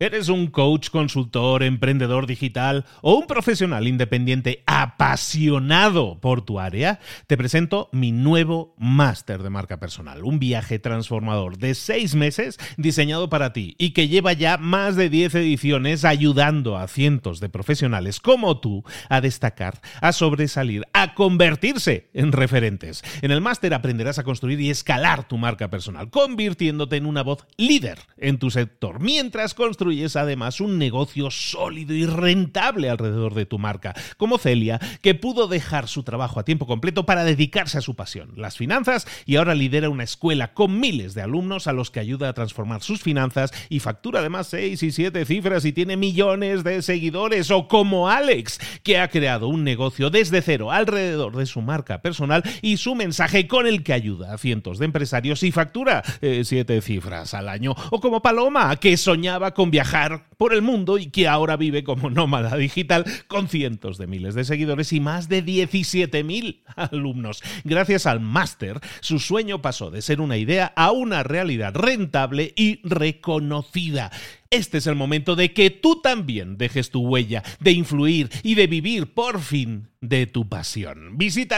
¿Eres un coach, consultor, emprendedor digital o un profesional independiente apasionado por tu área? Te presento mi nuevo máster de marca personal, un viaje transformador de 6 meses diseñado para ti y que lleva ya más de 10 ediciones ayudando a cientos de profesionales como tú a destacar, a sobresalir, a convertirse en referentes. En el máster aprenderás a construir y escalar tu marca personal, convirtiéndote en una voz líder en tu sector, mientras construyes además un negocio sólido y rentable alrededor de tu marca, como Celia, que pudo dejar su trabajo a tiempo completo para dedicarse a su pasión, las finanzas, y ahora lidera una escuela con miles de alumnos a los que ayuda a transformar sus finanzas y factura además 6 y 7 cifras y tiene millones de seguidores. O como Alex, que ha creado un negocio desde cero alrededor de su marca personal y su mensaje, con el que ayuda a cientos de empresarios y factura 7 cifras al año. O como Paloma, que soñaba con viajar por el mundo y que ahora vive como nómada digital con cientos de miles de seguidores y más de 17.000 alumnos. Gracias al máster, su sueño pasó de ser una idea a una realidad rentable y reconocida. Este es el momento de que tú también dejes tu huella, de influir y de vivir por fin de tu pasión. Visita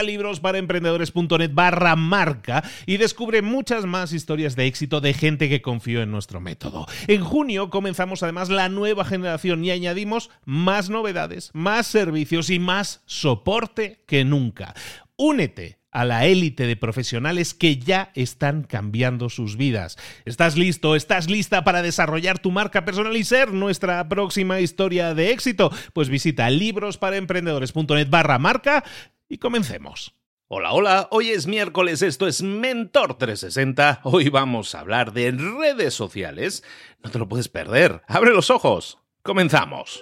librosparaemprendedores.net/marca y descubre muchas más historias de éxito de gente que confió en nuestro método. En junio comenzamos además la nueva generación y añadimos más novedades, más servicios y más soporte que nunca. Únete a la élite de profesionales que ya están cambiando sus vidas. ¿Estás listo? ¿Estás lista para desarrollar tu marca personal y ser nuestra próxima historia de éxito? Pues visita librosparaemprendedores.net/marca y comencemos. Hola, hoy es miércoles, esto es Mentor 360. Hoy vamos a hablar de redes sociales. No te lo puedes perder. ¡Abre los ojos! ¡Comenzamos!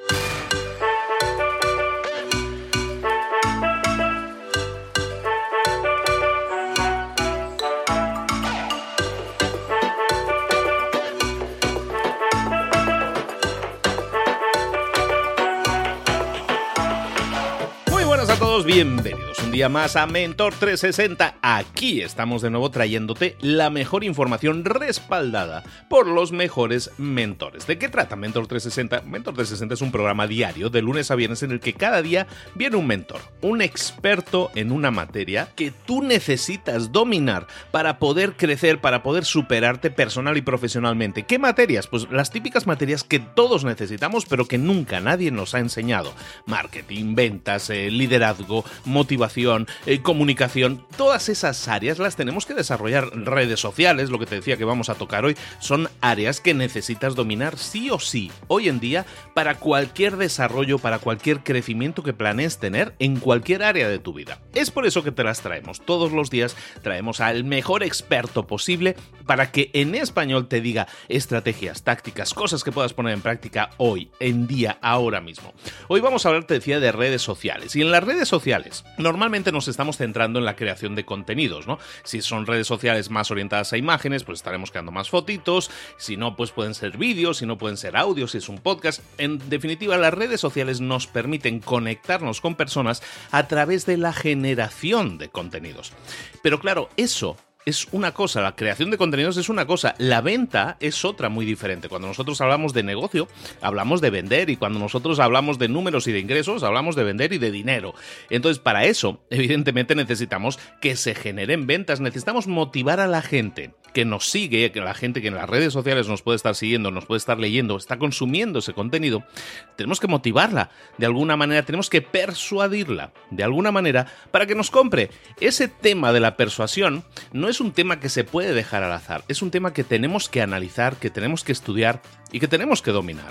Bienvenidos un día más a Mentor 360. Aquí estamos de nuevo trayéndote la mejor información respaldada por los mejores mentores. ¿De qué trata Mentor 360? Mentor 360 es un programa diario de lunes a viernes en el que cada día viene un mentor, un experto en una materia que tú necesitas dominar para poder crecer, para poder superarte personal y profesionalmente. ¿Qué materias? Pues las típicas materias que todos necesitamos pero que nunca nadie nos ha enseñado. Marketing, ventas, liderazgo, motivación, comunicación, todas esas áreas las tenemos que desarrollar. Redes sociales, lo que te decía que vamos a tocar hoy, son áreas que necesitas dominar sí o sí hoy en día para cualquier desarrollo, para cualquier crecimiento que planees tener en cualquier área de tu vida. Es por eso que te las traemos. Todos los días traemos al mejor experto posible para que en español te diga estrategias, tácticas, cosas que puedas poner en práctica hoy, en día, ahora mismo. Hoy vamos a hablar, te decía, de redes sociales. Y en las redes sociales normalmente nos estamos centrando en la creación de contenidos, ¿no? Si son redes sociales más orientadas a imágenes, pues estaremos creando más fotitos. Si no, pues pueden ser vídeos, si no pueden ser audios, si es un podcast. En definitiva, las redes sociales nos permiten conectarnos con personas a través de la generación de contenidos. Pero claro, eso es una cosa, la creación de contenidos es una cosa, la venta es otra muy diferente. Cuando nosotros hablamos de negocio, hablamos de vender, y cuando nosotros hablamos de números y de ingresos, hablamos de vender y de dinero. Entonces, para eso, evidentemente necesitamos que se generen ventas, necesitamos motivar a la gente que nos sigue, que la gente que en las redes sociales nos puede estar siguiendo, nos puede estar leyendo, está consumiendo ese contenido. Tenemos que motivarla de alguna manera, tenemos que persuadirla de alguna manera para que nos compre. Ese tema de la persuasión no es un tema que se puede dejar al azar, es un tema que tenemos que analizar, que tenemos que estudiar y que tenemos que dominar.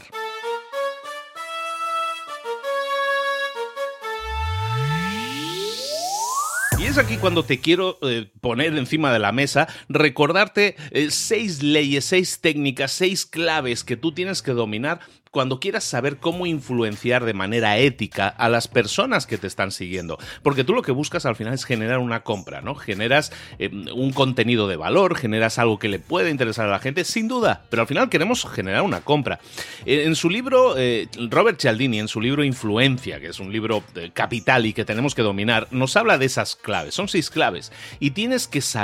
Y es aquí cuando te quiero poner encima de la mesa, recordarte 6 leyes, 6 técnicas, 6 claves que tú tienes que dominar cuando quieras saber cómo influenciar de manera ética a las personas que te están siguiendo. Porque tú lo que buscas al final es generar una compra, ¿no? Generas un contenido de valor, generas algo que le puede interesar a la gente, sin duda, pero al final queremos generar una compra. En su libro, Robert Cialdini, en su libro Influencia, que es un libro capital y que tenemos que dominar, nos habla de esas claves. Son 6 claves y tienes que saber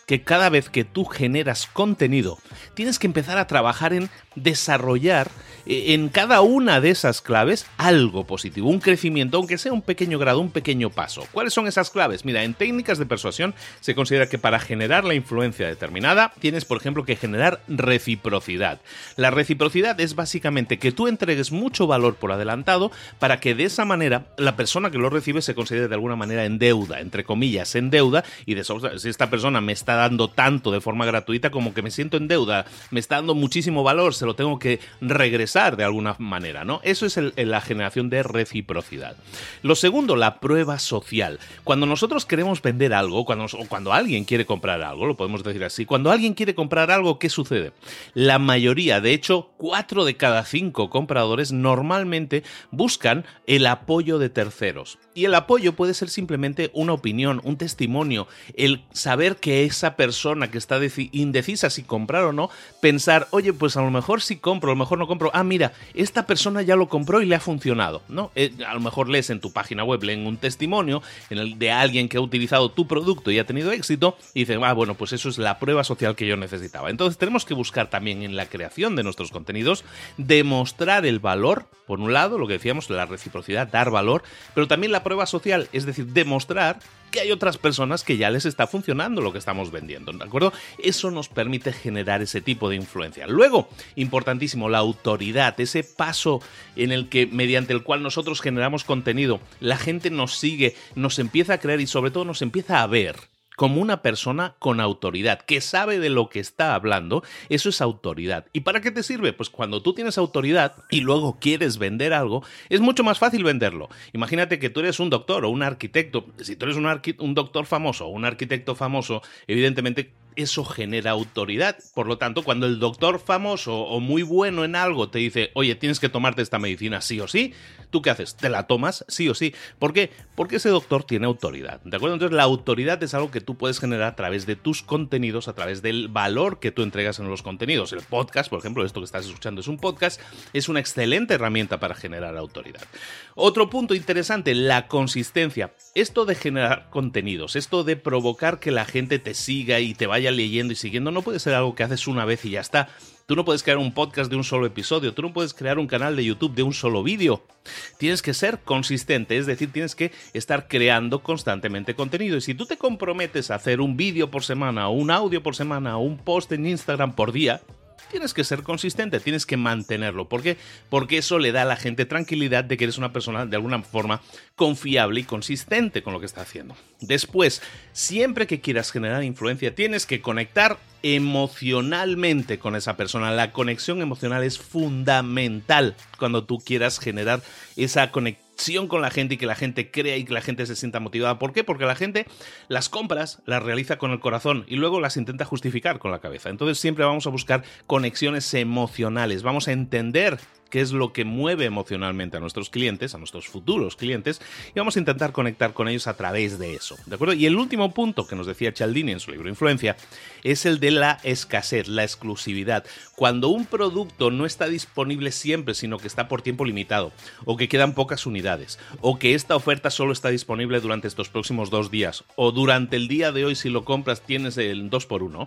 que cada vez que tú generas contenido, tienes que empezar a trabajar en desarrollar en cada una de esas claves algo positivo, un crecimiento, aunque sea un pequeño grado, un pequeño paso. ¿Cuáles son esas claves? Mira, en técnicas de persuasión se considera que para generar la influencia determinada tienes, por ejemplo, que generar reciprocidad. La reciprocidad es básicamente que tú entregues mucho valor por adelantado para que de esa manera la persona que lo recibe se considere de alguna manera en deuda, entre comillas, en deuda, y de eso, si esta persona me está dando tanto de forma gratuita como que me siento en deuda, me está dando muchísimo valor, se lo tengo que regresar de alguna manera, ¿no? Eso es la generación de reciprocidad. Lo segundo, la prueba social. Cuando nosotros queremos vender algo, cuando alguien quiere comprar algo, lo podemos decir así, cuando alguien quiere comprar algo, ¿qué sucede? La mayoría, de hecho, 4 de cada 5 compradores normalmente buscan el apoyo de terceros. Y el apoyo puede ser simplemente una opinión, un testimonio, el saber que esa persona que está indecisa si comprar o no, pensar, oye, pues a lo mejor sí compro, a lo mejor no compro. Ah, mira, esta persona ya lo compró y le ha funcionado, ¿no? A lo mejor lees en tu página web, leen un testimonio de alguien que ha utilizado tu producto y ha tenido éxito y dices, bueno, pues eso es la prueba social que yo necesitaba. Entonces tenemos que buscar también en la creación de nuestros contenidos demostrar el valor, por un lado, lo que decíamos, la reciprocidad, dar valor, pero también la prueba social, es decir, demostrar que hay otras personas que ya les está funcionando lo que estamos vendiendo, ¿de acuerdo? Eso nos permite generar ese tipo de influencia. Luego, importantísimo, la autoridad, ese paso en el que, mediante el cual nosotros generamos contenido, la gente nos sigue, nos empieza a creer y sobre todo nos empieza a ver como una persona con autoridad, que sabe de lo que está hablando. Eso es autoridad. ¿Y para qué te sirve? Pues cuando tú tienes autoridad y luego quieres vender algo, es mucho más fácil venderlo. Imagínate que tú eres un doctor o un arquitecto. Si tú eres un doctor famoso o un arquitecto famoso, evidentemente eso genera autoridad. Por lo tanto, cuando el doctor famoso o muy bueno en algo te dice, oye, tienes que tomarte esta medicina sí o sí, ¿tú qué haces? ¿Te la tomas sí o sí? ¿Por qué? Porque ese doctor tiene autoridad, ¿de acuerdo? Entonces la autoridad es algo que tú puedes generar a través de tus contenidos, a través del valor que tú entregas en los contenidos. El podcast, por ejemplo, esto que estás escuchando es un podcast, es una excelente herramienta para generar autoridad. Otro punto interesante, la consistencia. Esto de generar contenidos, esto de provocar que la gente te siga y te vaya leyendo y siguiendo, no puede ser algo que haces una vez y ya está. Tú no puedes crear un podcast de un solo episodio, tú no puedes crear un canal de YouTube de un solo vídeo. Tienes que ser consistente, es decir, tienes que estar creando constantemente contenido. Y si tú te comprometes a hacer un vídeo por semana, o un audio por semana, o un post en Instagram por día, tienes que ser consistente, tienes que mantenerlo. ¿Por qué? Porque eso le da a la gente tranquilidad de que eres una persona de alguna forma confiable y consistente con lo que está haciendo. Después, siempre que quieras generar influencia, tienes que conectar emocionalmente con esa persona. La conexión emocional es fundamental cuando tú quieras generar esa conexión con la gente y que la gente crea y que la gente se sienta motivada. ¿Por qué? Porque la gente las compras, las realiza con el corazón y luego las intenta justificar con la cabeza. Entonces siempre vamos a buscar conexiones emocionales, vamos a entender qué es lo que mueve emocionalmente a nuestros clientes, a nuestros futuros clientes, y vamos a intentar conectar con ellos a través de eso, ¿de acuerdo? Y el último punto que nos decía Cialdini en su libro Influencia es el de la escasez, la exclusividad. Cuando un producto no está disponible siempre, sino que está por tiempo limitado, o que quedan pocas unidades, o que esta oferta solo está disponible durante estos próximos 2 días, o durante el día de hoy si lo compras tienes el 2x1,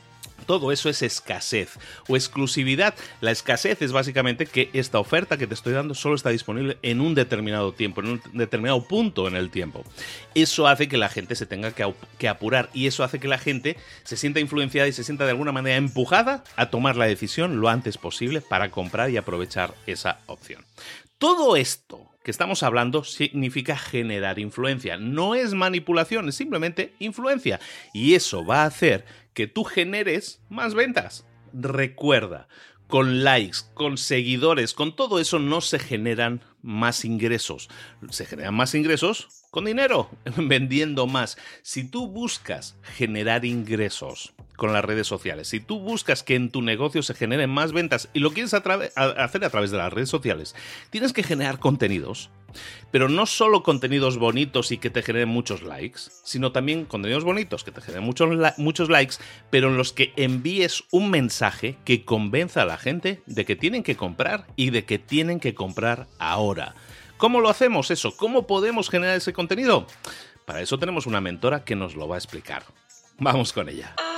todo eso es escasez o exclusividad. La escasez es básicamente que esta oferta que te estoy dando solo está disponible en un determinado tiempo, en un determinado punto en el tiempo. Eso hace que la gente se tenga que apurar y eso hace que la gente se sienta influenciada y se sienta de alguna manera empujada a tomar la decisión lo antes posible para comprar y aprovechar esa opción. Todo esto que estamos hablando significa generar influencia. No es manipulación, es simplemente influencia. Y eso va a hacer que tú generes más ventas. Recuerda, con likes, con seguidores, con todo eso no se generan más ingresos. Se generan más ingresos con dinero, vendiendo más. Si tú buscas generar ingresos con las redes sociales, si tú buscas que en tu negocio se generen más ventas y lo quieres hacer a través de las redes sociales, tienes que generar contenidos, pero no solo contenidos bonitos y que te generen muchos likes, sino también contenidos bonitos que te generen muchos likes, pero en los que envíes un mensaje que convenza a la gente de que tienen que comprar y de que tienen que comprar ahora. ¿Cómo lo hacemos eso? ¿Cómo podemos generar ese contenido? Para eso tenemos una mentora que nos lo va a explicar. Vamos con ella.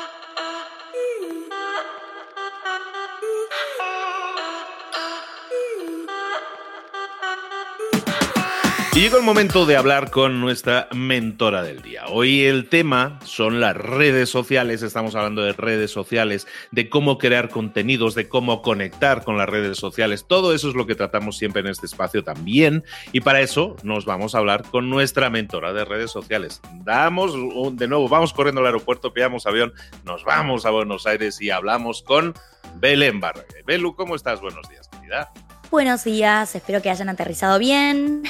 Y llegó el momento de hablar con nuestra mentora del día. Hoy el tema son las redes sociales, estamos hablando de redes sociales, de cómo crear contenidos, de cómo conectar con las redes sociales. Todo eso es lo que tratamos siempre en este espacio también. Y para eso nos vamos a hablar con nuestra mentora de redes sociales. De nuevo, vamos corriendo al aeropuerto, pillamos avión, nos vamos a Buenos Aires y hablamos con Belén Barraguer. Belu, ¿cómo estás? Buenos días, querida. Buenos días, espero que hayan aterrizado bien.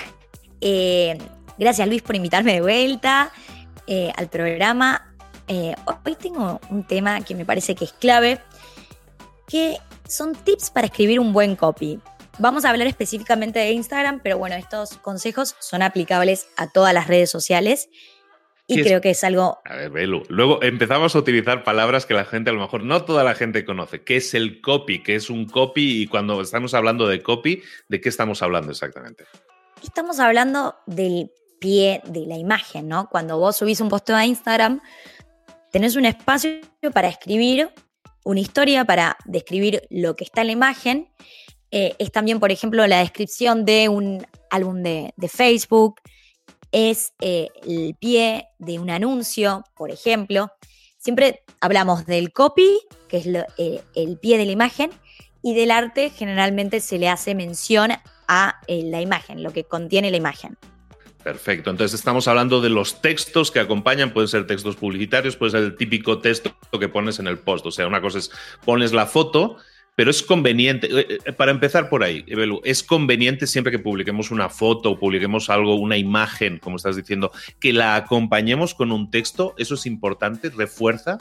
Gracias Luis por invitarme de vuelta al programa. Hoy tengo un tema que me parece que es clave, que son tips para escribir un buen copy. Vamos a hablar específicamente de Instagram, pero bueno, estos consejos son aplicables a todas las redes sociales y creo que es algo... A ver, Belu, luego empezamos a utilizar palabras que la gente, a lo mejor no toda la gente conoce. ¿Qué es el copy? ¿Qué es un copy? Y cuando estamos hablando de copy, ¿de qué estamos hablando exactamente? Estamos hablando del pie de la imagen, ¿no? Cuando vos subís un posteo a Instagram, tenés un espacio para escribir una historia, para describir lo que está en la imagen. Es también, por ejemplo, la descripción de un álbum de Facebook. Es el pie de un anuncio, por ejemplo. Siempre hablamos del copy, que es el pie de la imagen, y del arte generalmente se le hace mención a la imagen, lo que contiene la imagen. Perfecto, entonces estamos hablando de los textos que acompañan, pueden ser textos publicitarios, puede ser el típico texto que pones en el post, o sea, una cosa es pones la foto, pero es conveniente, para empezar por ahí, Belu, es conveniente siempre que publiquemos una foto o publiquemos algo, una imagen, como estás diciendo, que la acompañemos con un texto, ¿eso es importante? ¿Refuerza?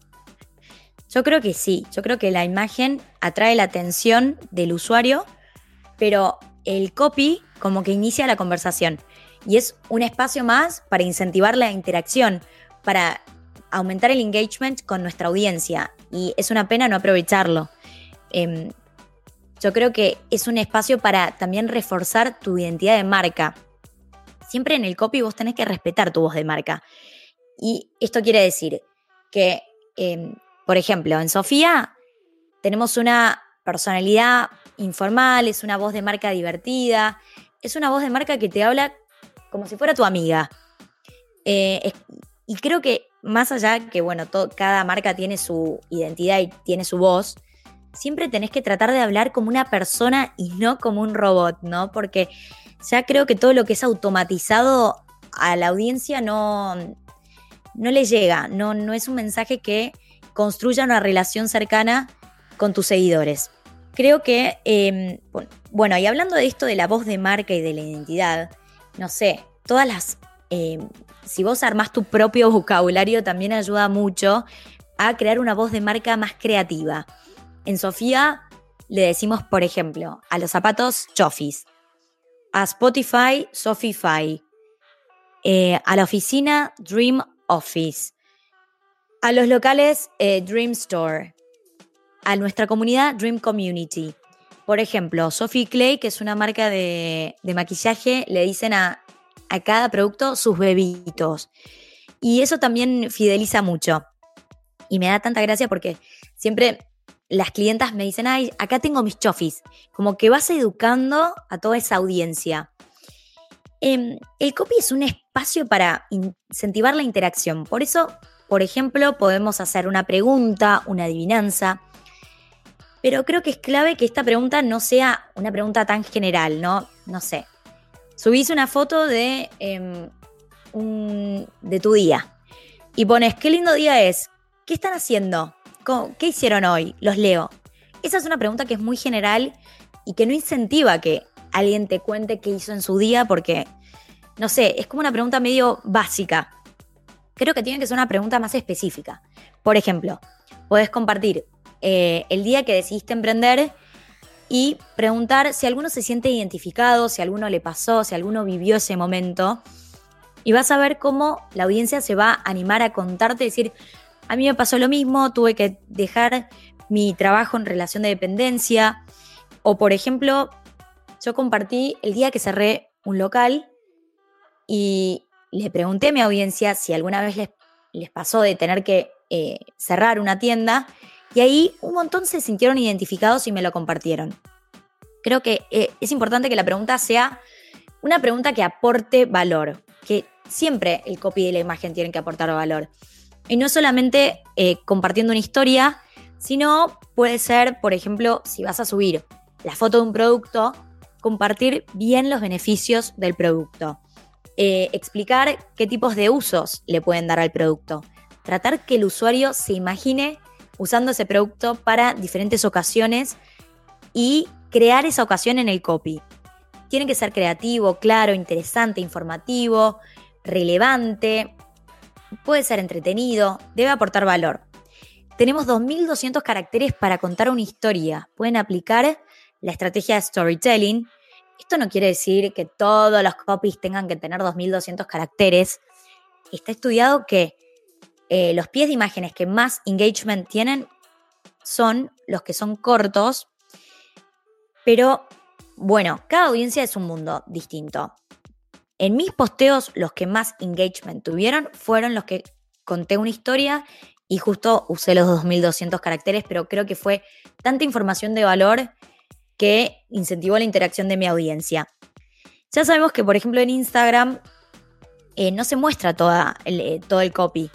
Yo creo que sí, yo creo que la imagen atrae la atención del usuario, pero el copy como que inicia la conversación y es un espacio más para incentivar la interacción, para aumentar el engagement con nuestra audiencia y es una pena no aprovecharlo. Yo creo que es un espacio para también reforzar tu identidad de marca. Siempre en el copy vos tenés que respetar tu voz de marca y esto quiere decir que, por ejemplo, en Sofía tenemos una personalidad informal, es una voz de marca divertida, es una voz de marca que te habla como si fuera tu amiga. Y creo que más allá que, bueno, cada marca tiene su identidad y tiene su voz, siempre tenés que tratar de hablar como una persona y no como un robot, ¿no? Porque ya creo que todo lo que es automatizado a la audiencia no le llega, no es un mensaje que construya una relación cercana con tus seguidores. Creo que, bueno, y hablando de esto de la voz de marca y de la identidad, no sé, si vos armás tu propio vocabulario también ayuda mucho a crear una voz de marca más creativa. En Sofía le decimos, por ejemplo, a los zapatos Chofis, a Spotify Sofify, a la oficina Dream Office, a los locales Dream Store, a nuestra comunidad Dream Community. Por ejemplo, Sophie Clay, que es una marca de maquillaje, le dicen a cada producto sus bebitos. Y eso también fideliza mucho. Y me da tanta gracia porque siempre las clientas me dicen, ay, acá tengo mis chofis. Como que vas educando a toda esa audiencia. El copy es un espacio para incentivar la interacción. Por eso, por ejemplo, podemos hacer una pregunta, una adivinanza. Pero creo que es clave que esta pregunta no sea una pregunta tan general, ¿no? No sé. Subís una foto de tu día y pones, qué lindo día es, ¿qué están haciendo? ¿Qué hicieron hoy? Los leo. Esa es una pregunta que es muy general y que no incentiva que alguien te cuente qué hizo en su día porque, no sé, es como una pregunta medio básica. Creo que tiene que ser una pregunta más específica. Por ejemplo, podés compartir el día que decidiste emprender y preguntar si alguno se siente identificado, si a alguno le pasó, si alguno vivió ese momento. Y vas a ver cómo la audiencia se va a animar a contarte, decir, a mí me pasó lo mismo, tuve que dejar mi trabajo en relación de dependencia. O, por ejemplo, yo compartí el día que cerré un local y le pregunté a mi audiencia si alguna vez les pasó de tener que cerrar una tienda. Y ahí un montón se sintieron identificados y me lo compartieron. Creo que es importante que la pregunta sea una pregunta que aporte valor, que siempre el copy de la imagen tiene que aportar valor. Y no solamente compartiendo una historia, sino puede ser, por ejemplo, si vas a subir la foto de un producto, compartir bien los beneficios del producto. Explicar qué tipos de usos le pueden dar al producto. Tratar que el usuario se imagine usando ese producto para diferentes ocasiones y crear esa ocasión en el copy. Tiene que ser creativo, claro, interesante, informativo, relevante, puede ser entretenido, debe aportar valor. Tenemos 2.200 caracteres para contar una historia. Pueden aplicar la estrategia de storytelling. Esto no quiere decir que todos los copies tengan que tener 2.200 caracteres. Está estudiado que los pies de imágenes que más engagement tienen son los que son cortos, pero bueno, cada audiencia es un mundo distinto. En mis posteos, los que más engagement tuvieron fueron los que conté una historia y justo usé los 2.200 caracteres, pero creo que fue tanta información de valor que incentivó la interacción de mi audiencia. Ya sabemos que, por ejemplo, en Instagram no se muestra todo el copy.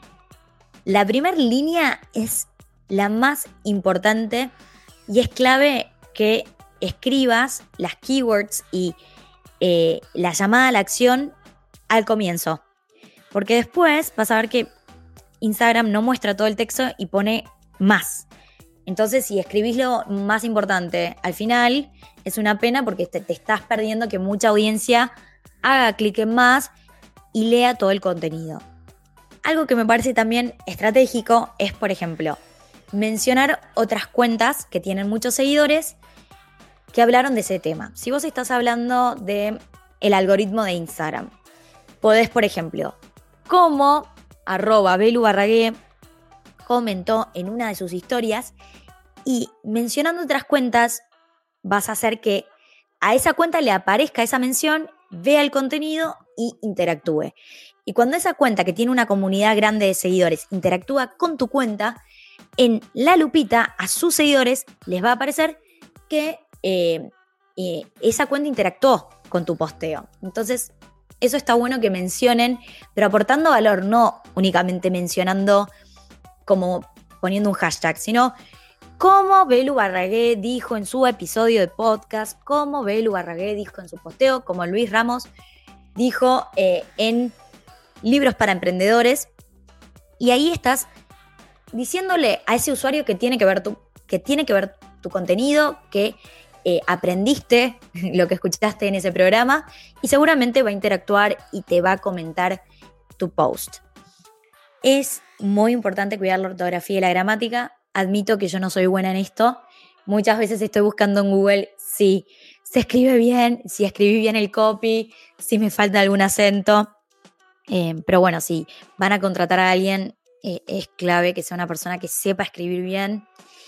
La primera línea es la más importante y es clave que escribas las keywords y la llamada a la acción al comienzo. Porque después vas a ver que Instagram no muestra todo el texto y pone más. Entonces, si escribís lo más importante al final, es una pena porque te estás perdiendo que mucha audiencia haga clic en más y lea todo el contenido. Algo que me parece también estratégico es, por ejemplo, mencionar otras cuentas que tienen muchos seguidores que hablaron de ese tema. Si vos estás hablando del algoritmo de Instagram, podés, por ejemplo, como @BeluBarragué comentó en una de sus historias, y mencionando otras cuentas vas a hacer que a esa cuenta le aparezca esa mención, vea el contenido y interactúe. Y cuando esa cuenta, que tiene una comunidad grande de seguidores, interactúa con tu cuenta, en la lupita a sus seguidores les va a aparecer que esa cuenta interactuó con tu posteo. Entonces, eso está bueno que mencionen, pero aportando valor, no únicamente mencionando como poniendo un hashtag, sino como Belu Barragué dijo en su episodio de podcast, como Belu Barragué dijo en su posteo, como Luis Ramos dijo en Libros para Emprendedores. Y ahí estás diciéndole a ese usuario que tiene que ver tu contenido, que aprendiste lo que escuchaste en ese programa y seguramente va a interactuar y te va a comentar tu post. Es muy importante cuidar la ortografía y la gramática. Admito que yo no soy buena en esto. Muchas veces estoy buscando en Google si se escribe bien, si escribí bien el copy, si me falta algún acento. Pero bueno, si van a contratar a alguien, es clave que sea una persona que sepa escribir bien.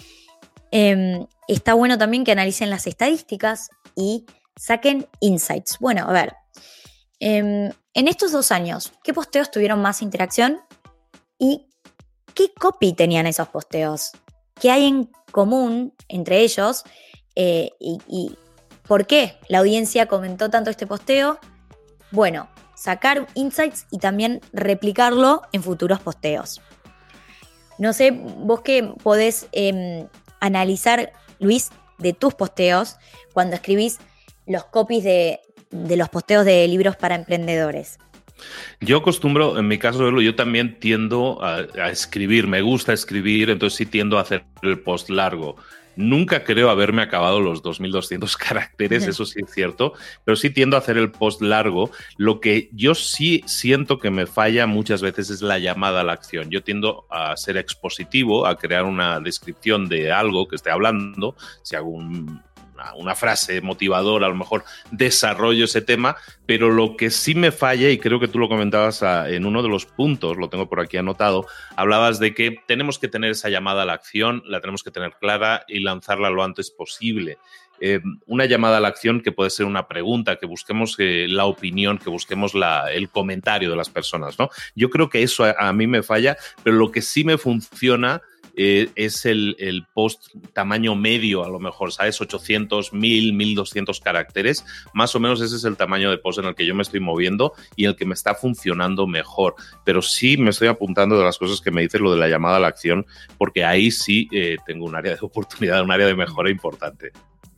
Está bueno también que analicen las estadísticas y saquen insights. Bueno, a ver, en estos 2 años, ¿qué posteos tuvieron más interacción? ¿Y qué copy tenían esos posteos? ¿Qué hay en común entre ellos? ¿Y por qué la audiencia comentó tanto este posteo? Bueno, sacar insights y también replicarlo en futuros posteos. No sé, vos qué podés analizar, Luis, de tus posteos cuando escribís los copies de los posteos de Libros para Emprendedores. Yo acostumbro, en mi caso, yo también tiendo a escribir, me gusta escribir, entonces sí tiendo a hacer el post largo. Nunca creo haberme acabado los 2.200 caracteres, eso sí es cierto, pero sí tiendo a hacer el post largo. Lo que yo sí siento que me falla muchas veces es la llamada a la acción. Yo tiendo a ser expositivo, a crear una descripción de algo que esté hablando, si hago una frase motivadora, a lo mejor desarrollo ese tema, pero lo que sí me falla, y creo que tú lo comentabas en uno de los puntos, lo tengo por aquí anotado, hablabas de que tenemos que tener esa llamada a la acción, la tenemos que tener clara y lanzarla lo antes posible. Una llamada a la acción que puede ser una pregunta, que busquemos la opinión, que busquemos el comentario de las personas, ¿no? Yo creo que eso a mí me falla, pero lo que sí me funciona es el post tamaño medio, a lo mejor, ¿sabes? 800, 1000, 1200 caracteres. Más o menos ese es el tamaño de post en el que yo me estoy moviendo y el que me está funcionando mejor. Pero sí me estoy apuntando de las cosas que me dices, lo de la llamada a la acción, porque ahí sí tengo un área de oportunidad, un área de mejora importante.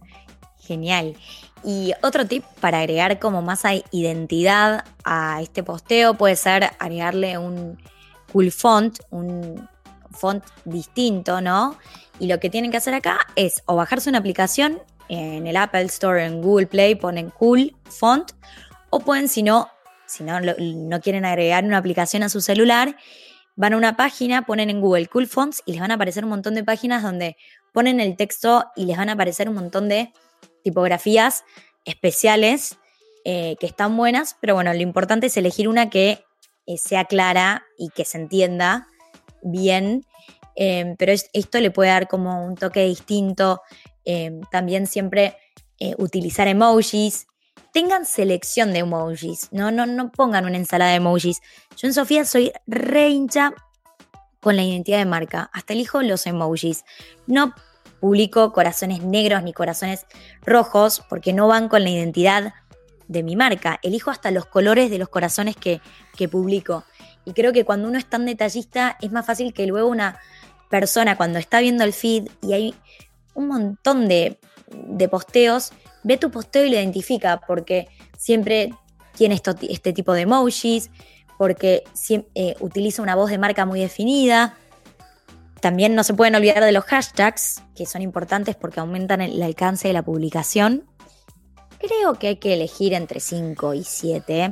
Genial. Y otro tip para agregar como más identidad a este posteo puede ser agregarle un cool font, un font distinto, ¿no? Y lo que tienen que hacer acá es o bajarse una aplicación en el Apple Store, en Google Play, ponen cool font, o pueden, si no quieren agregar una aplicación a su celular, van a una página, ponen en Google cool fonts y les van a aparecer un montón de páginas donde ponen el texto y les van a aparecer un montón de tipografías especiales que están buenas, pero bueno, lo importante es elegir una que sea clara y que se entienda bien, pero esto le puede dar como un toque distinto. También siempre utilizar emojis. Tengan selección de emojis, no pongan una ensalada de emojis. Yo en Sofía soy re hincha con la identidad de marca, hasta elijo los emojis. No publico corazones negros ni corazones rojos porque no van con la identidad de mi marca. Elijo hasta los colores de los corazones que publico. Y creo que cuando uno es tan detallista es más fácil que luego una persona cuando está viendo el feed y hay un montón de posteos, ve tu posteo y lo identifica porque siempre tiene este tipo de emojis, porque utiliza una voz de marca muy definida. También no se pueden olvidar de los hashtags, que son importantes porque aumentan el alcance de la publicación. Creo que hay que elegir entre 5 y 7.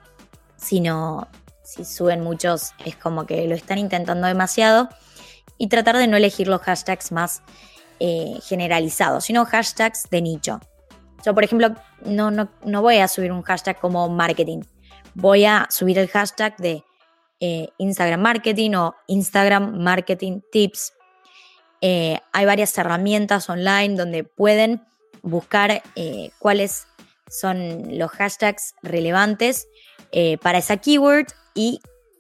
Si suben muchos, es como que lo están intentando demasiado. Y tratar de no elegir los hashtags más generalizados, sino hashtags de nicho. Yo, por ejemplo, no voy a subir un hashtag como marketing. Voy a subir el hashtag de Instagram Marketing o Instagram Marketing Tips. Hay varias herramientas online donde pueden buscar cuáles son los hashtags relevantes para esa keyword y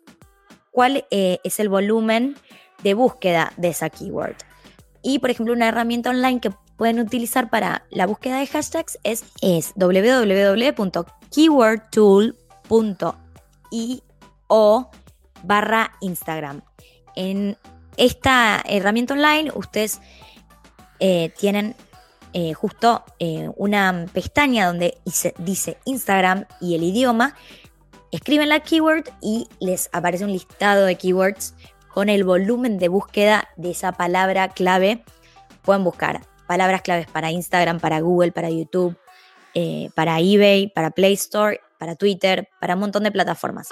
cuál es el volumen de búsqueda de esa keyword. Y, por ejemplo, una herramienta online que pueden utilizar para la búsqueda de hashtags es www.keywordtool.io/Instagram. En esta herramienta online ustedes tienen justo una pestaña donde dice Instagram y el idioma. Escriben la keyword y les aparece un listado de keywords con el volumen de búsqueda de esa palabra clave. Pueden buscar palabras claves para Instagram, para Google, para YouTube, para eBay, para Play Store, para Twitter, para un montón de plataformas.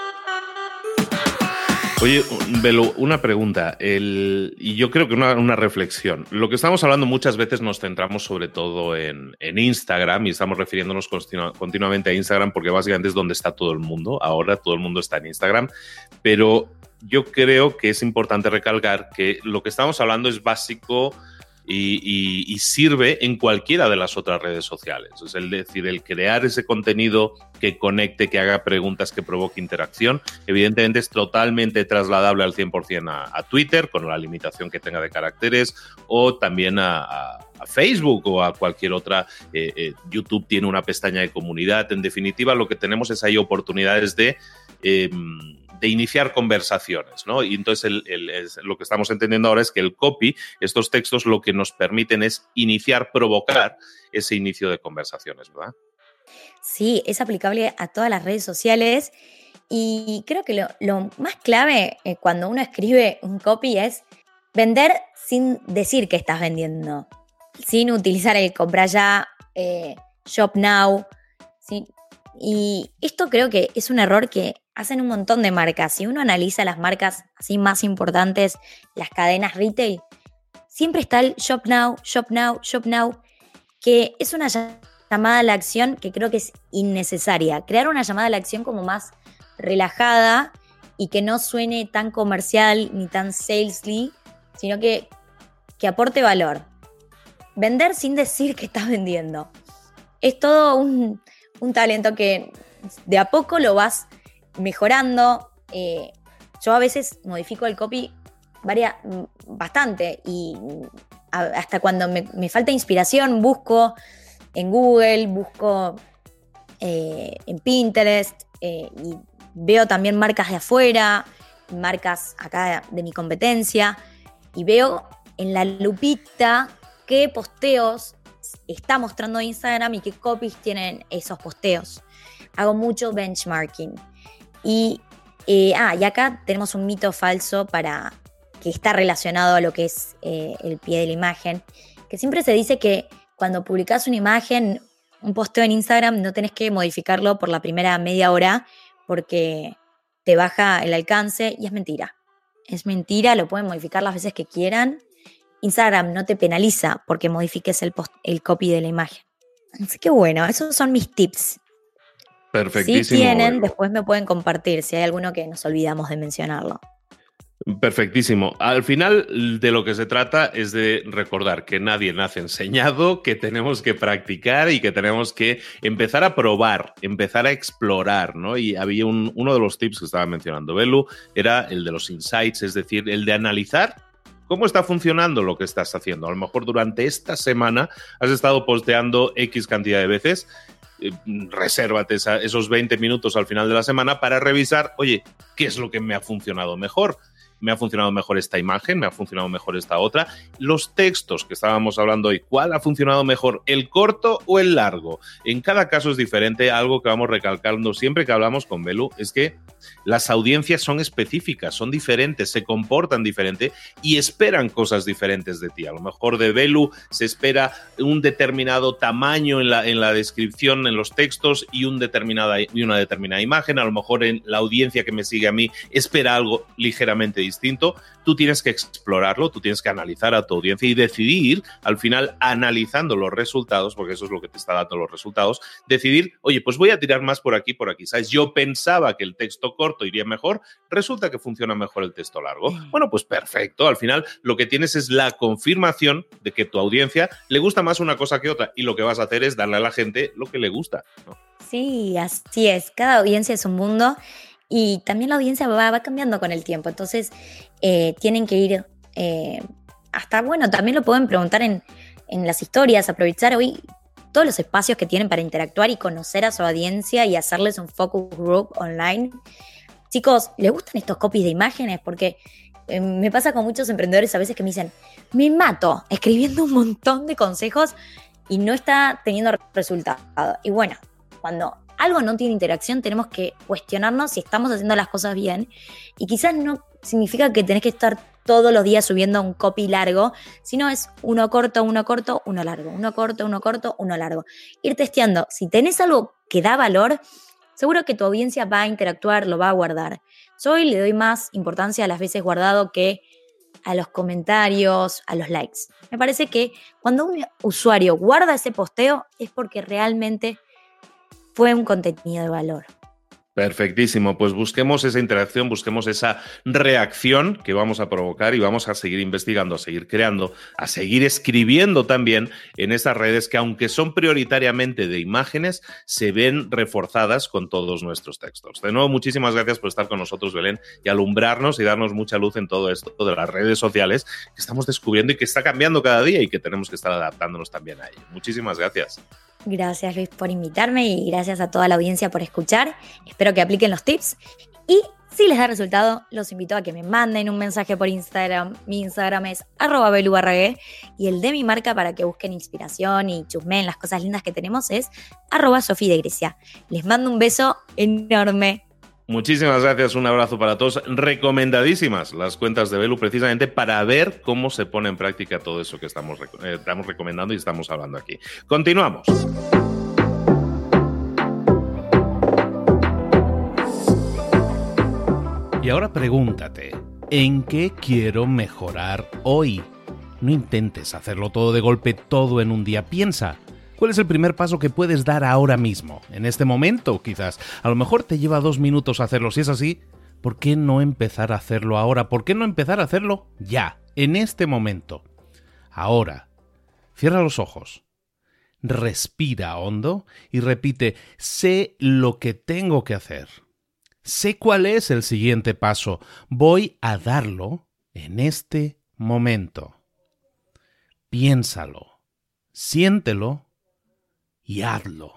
Oye, Belu, una pregunta, y yo creo que una reflexión. Lo que estamos hablando muchas veces nos centramos sobre todo en Instagram y estamos refiriéndonos continuamente a Instagram porque básicamente es donde está todo el mundo. Ahora todo el mundo está en Instagram, pero yo creo que es importante recalcar que lo que estamos hablando es básico y sirve en cualquiera de las otras redes sociales. Es decir, el crear ese contenido que conecte, que haga preguntas, que provoque interacción, evidentemente es totalmente trasladable al 100% a Twitter, con la limitación que tenga de caracteres, o también a Facebook o a cualquier otra. YouTube tiene una pestaña de comunidad. En definitiva, lo que tenemos es ahí oportunidades de iniciar conversaciones, ¿no? Y entonces lo que estamos entendiendo ahora es que el copy, estos textos, lo que nos permiten es provocar ese inicio de conversaciones, ¿verdad? Sí, es aplicable a todas las redes sociales y creo que lo más clave cuando uno escribe un copy es vender sin decir que estás vendiendo, sin utilizar el compra ya, shop now, ¿sí? Y esto creo que es un error que hacen un montón de marcas. Si uno analiza las marcas así más importantes, las cadenas retail, siempre está el shop now, shop now, shop now, que es una llamada a la acción que creo que es innecesaria. Crear una llamada a la acción como más relajada y que no suene tan comercial ni tan salesy, sino que aporte valor. Vender sin decir que estás vendiendo. Es todo un talento que de a poco lo vas mejorando. Yo a veces modifico el copy varía bastante y hasta cuando me falta inspiración busco en Google, busco en Pinterest y veo también marcas de afuera, marcas acá de mi competencia y veo en la lupita qué posteos está mostrando Instagram y qué copies tienen esos posteos. Hago mucho benchmarking. Y acá tenemos un mito falso que está relacionado a lo que es el pie de la imagen, que siempre se dice que cuando publicás una imagen, un posteo en Instagram, no tenés que modificarlo por la primera media hora porque te baja el alcance, y es mentira. Es mentira, lo pueden modificar las veces que quieran. Instagram no te penaliza porque modifiques el copy de la imagen. Así que bueno, esos son mis tips. Perfectísimo. Si tienen, después me pueden compartir si hay alguno que nos olvidamos de mencionarlo. Perfectísimo. Al final de lo que se trata es de recordar que nadie nace enseñado, que tenemos que practicar y que tenemos que empezar a probar, empezar a explorar, ¿no? Y había uno de los tips que estaba mencionando Belu, era el de los insights, es decir, el de analizar cómo está funcionando lo que estás haciendo. A lo mejor durante esta semana has estado posteando X cantidad de veces. Resérvate esos 20 minutos al final de la semana para revisar, oye, ¿qué es lo que me ha funcionado mejor? Me ha funcionado mejor esta imagen, me ha funcionado mejor esta otra. Los textos que estábamos hablando hoy, ¿cuál ha funcionado mejor, el corto o el largo? En cada caso es diferente. Algo que vamos recalcando siempre que hablamos con Belu es que las audiencias son específicas, son diferentes, se comportan diferente y esperan cosas diferentes de ti. A lo mejor de Belu se espera un determinado tamaño en la descripción, en los textos y una determinada imagen. A lo mejor en la audiencia que me sigue a mí espera algo ligeramente distinto. Tú tienes que explorarlo, tú tienes que analizar a tu audiencia y decidir, al final, analizando los resultados, porque eso es lo que te está dando los resultados, decidir, oye, pues voy a tirar más por aquí, ¿sabes? Yo pensaba que el texto corto iría mejor, resulta que funciona mejor el texto largo. Bueno, pues perfecto, al final lo que tienes es la confirmación de que tu audiencia le gusta más una cosa que otra y lo que vas a hacer es darle a la gente lo que le gusta, ¿no? Sí, así es, cada audiencia es un mundo. Y también la audiencia va cambiando con el tiempo. Entonces, tienen que ir hasta, bueno, también lo pueden preguntar en las historias, aprovechar hoy todos los espacios que tienen para interactuar y conocer a su audiencia y hacerles un focus group online. Chicos, ¿les gustan estos copies de imágenes? Porque me pasa con muchos emprendedores a veces que me dicen, me mato escribiendo un montón de consejos y no está teniendo resultado. Y bueno, cuando algo no tiene interacción, tenemos que cuestionarnos si estamos haciendo las cosas bien. Y quizás no significa que tenés que estar todos los días subiendo un copy largo, sino es uno corto, uno largo, uno corto, uno largo. Ir testeando. Si tenés algo que da valor, seguro que tu audiencia va a interactuar, lo va a guardar. Yo hoy le doy más importancia a las veces guardado que a los comentarios, a los likes. Me parece que cuando un usuario guarda ese posteo es porque realmente fue un contenido de valor. Perfectísimo, pues busquemos esa interacción, busquemos esa reacción que vamos a provocar y vamos a seguir investigando, a seguir creando, a seguir escribiendo también en esas redes que, aunque son prioritariamente de imágenes, se ven reforzadas con todos nuestros textos. De nuevo, muchísimas gracias por estar con nosotros, Belén, y alumbrarnos y darnos mucha luz en todo esto de las redes sociales que estamos descubriendo y que está cambiando cada día y que tenemos que estar adaptándonos también a ello. Muchísimas gracias. Gracias, Luis, por invitarme y gracias a toda la audiencia por escuchar. Espero que apliquen los tips y si les da resultado, los invito a que me manden un mensaje por Instagram. Mi Instagram es @belubarragué y el de mi marca para que busquen inspiración y chusmeen las cosas lindas que tenemos es @sofidegrecia. Les mando un beso enorme. Muchísimas gracias, un abrazo para todos. Recomendadísimas las cuentas de Belu precisamente para ver cómo se pone en práctica todo eso que estamos recomendando y estamos hablando aquí. Continuamos. Y ahora pregúntate, ¿en qué quiero mejorar hoy? No intentes hacerlo todo de golpe, todo en un día. Piensa. ¿Cuál es el primer paso que puedes dar ahora mismo? En este momento, quizás. A lo mejor te lleva 2 minutos hacerlo. Si es así, ¿por qué no empezar a hacerlo ahora? ¿Por qué no empezar a hacerlo ya? En este momento. Ahora. Cierra los ojos. Respira hondo y repite, sé lo que tengo que hacer. Sé cuál es el siguiente paso. Voy a darlo en este momento. Piénsalo, siéntelo y hazlo.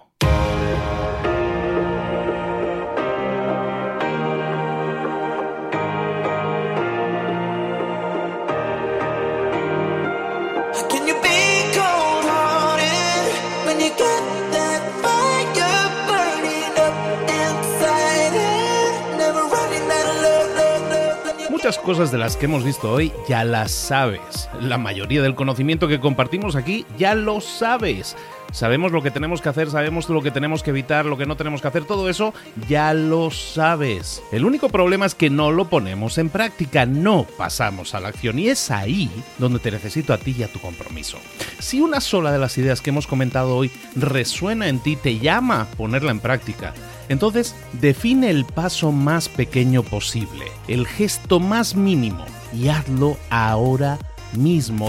Muchas cosas de las que hemos visto hoy ya las sabes. La mayoría del conocimiento que compartimos aquí ya lo sabes. Sabemos lo que tenemos que hacer, sabemos lo que tenemos que evitar, lo que no tenemos que hacer, todo eso ya lo sabes. El único problema es que no lo ponemos en práctica, no pasamos a la acción, y es ahí donde te necesito a ti y a tu compromiso. Si una sola de las ideas que hemos comentado hoy resuena en ti, te llama a ponerla en práctica, entonces define el paso más pequeño posible, el gesto más mínimo, y hazlo ahora mismo.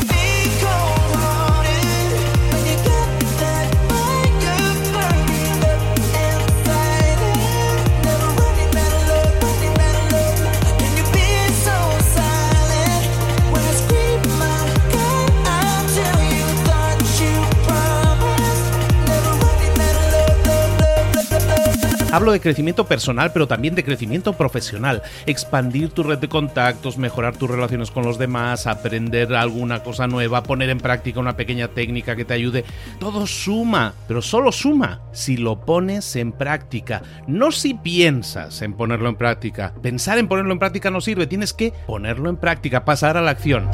Hablo de crecimiento personal, pero también de crecimiento profesional. Expandir tu red de contactos, mejorar tus relaciones con los demás, aprender alguna cosa nueva, poner en práctica una pequeña técnica que te ayude. Todo suma, pero solo suma si lo pones en práctica. No si piensas en ponerlo en práctica. Pensar en ponerlo en práctica no sirve. Tienes que ponerlo en práctica, pasar a la acción.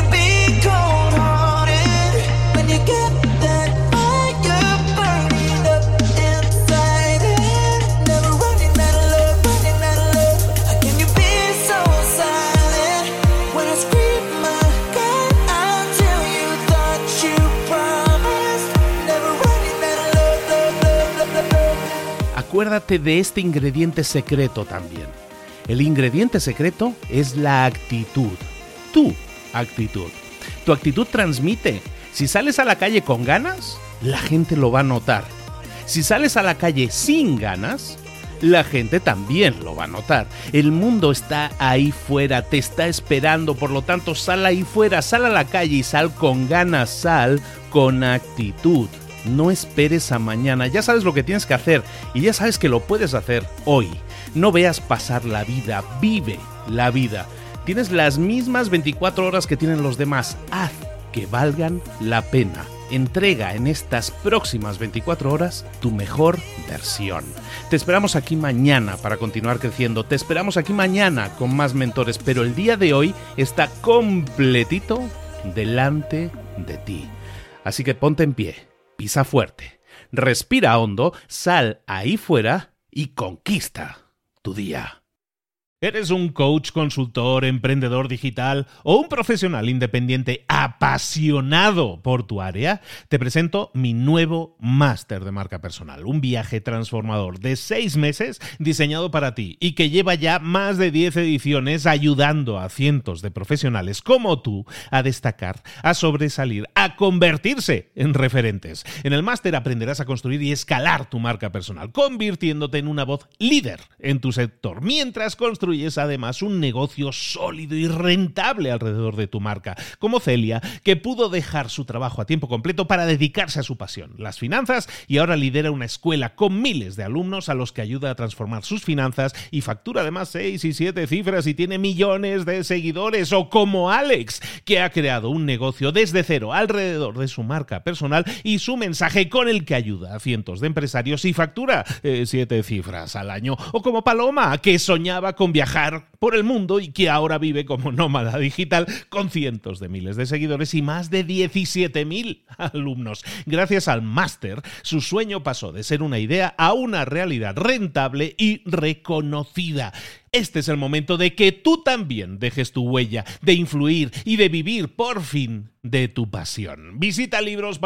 Acuérdate de este ingrediente secreto también. El ingrediente secreto es la actitud. Tu actitud. Tu actitud transmite. Si sales a la calle con ganas, la gente lo va a notar. Si sales a la calle sin ganas, la gente también lo va a notar. El mundo está ahí fuera, te está esperando, por lo tanto sal ahí fuera, sal a la calle y sal con ganas, sal con actitud. No esperes a mañana, ya sabes lo que tienes que hacer y ya sabes que lo puedes hacer hoy. No veas pasar la vida, vive la vida. Tienes las mismas 24 horas que tienen los demás, haz que valgan la pena. Entrega en estas próximas 24 horas tu mejor versión. Te esperamos aquí mañana para continuar creciendo, te esperamos aquí mañana con más mentores, pero el día de hoy está completito delante de ti. Así que ponte en pie. Pisa fuerte, respira hondo, sal ahí fuera y conquista tu día. ¿Eres un coach, consultor, emprendedor digital o un profesional independiente apasionado por tu área? Te presento mi nuevo máster de marca personal, un viaje transformador de 6 meses diseñado para ti y que lleva ya más de 10 ediciones ayudando a cientos de profesionales como tú a destacar, a sobresalir, a convertirse en referentes. En el máster aprenderás a construir y escalar tu marca personal, convirtiéndote en una voz líder en tu sector, mientras construyes además un negocio sólido y rentable alrededor de tu marca, como Celia, que pudo dejar su trabajo a tiempo completo para dedicarse a su pasión, las finanzas, y ahora lidera una escuela con miles de alumnos a los que ayuda a transformar sus finanzas y factura además 6 y 7 cifras y tiene millones de seguidores. O como Alex, que ha creado un negocio desde cero alrededor de su marca personal y su mensaje, con el que ayuda a cientos de empresarios y factura 7 cifras al año. O como Paloma, que soñaba con viajar por el mundo y que ahora vive como nómada digital con cientos de miles de seguidores y más de 17.000 alumnos. Gracias al máster, su sueño pasó de ser una idea a una realidad rentable y reconocida. Este es el momento de que tú también dejes tu huella, de influir y de vivir por fin de tu pasión. Visita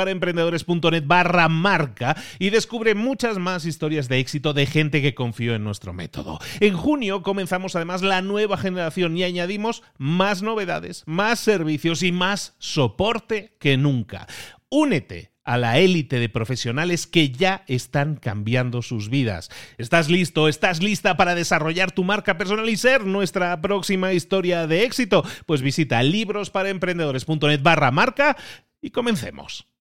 librosparaemprendedores.net/marca y descubre muchas más historias de éxito de gente que confió en nuestro método. En junio comenzamos además la nueva generación y añadimos más novedades, más servicios y más soporte que nunca. Únete a la élite de profesionales que ya están cambiando sus vidas. ¿Estás listo? ¿Estás lista para desarrollar tu marca personal y ser nuestra próxima historia de éxito? Pues visita librosparaemprendedores.net/marca y comencemos.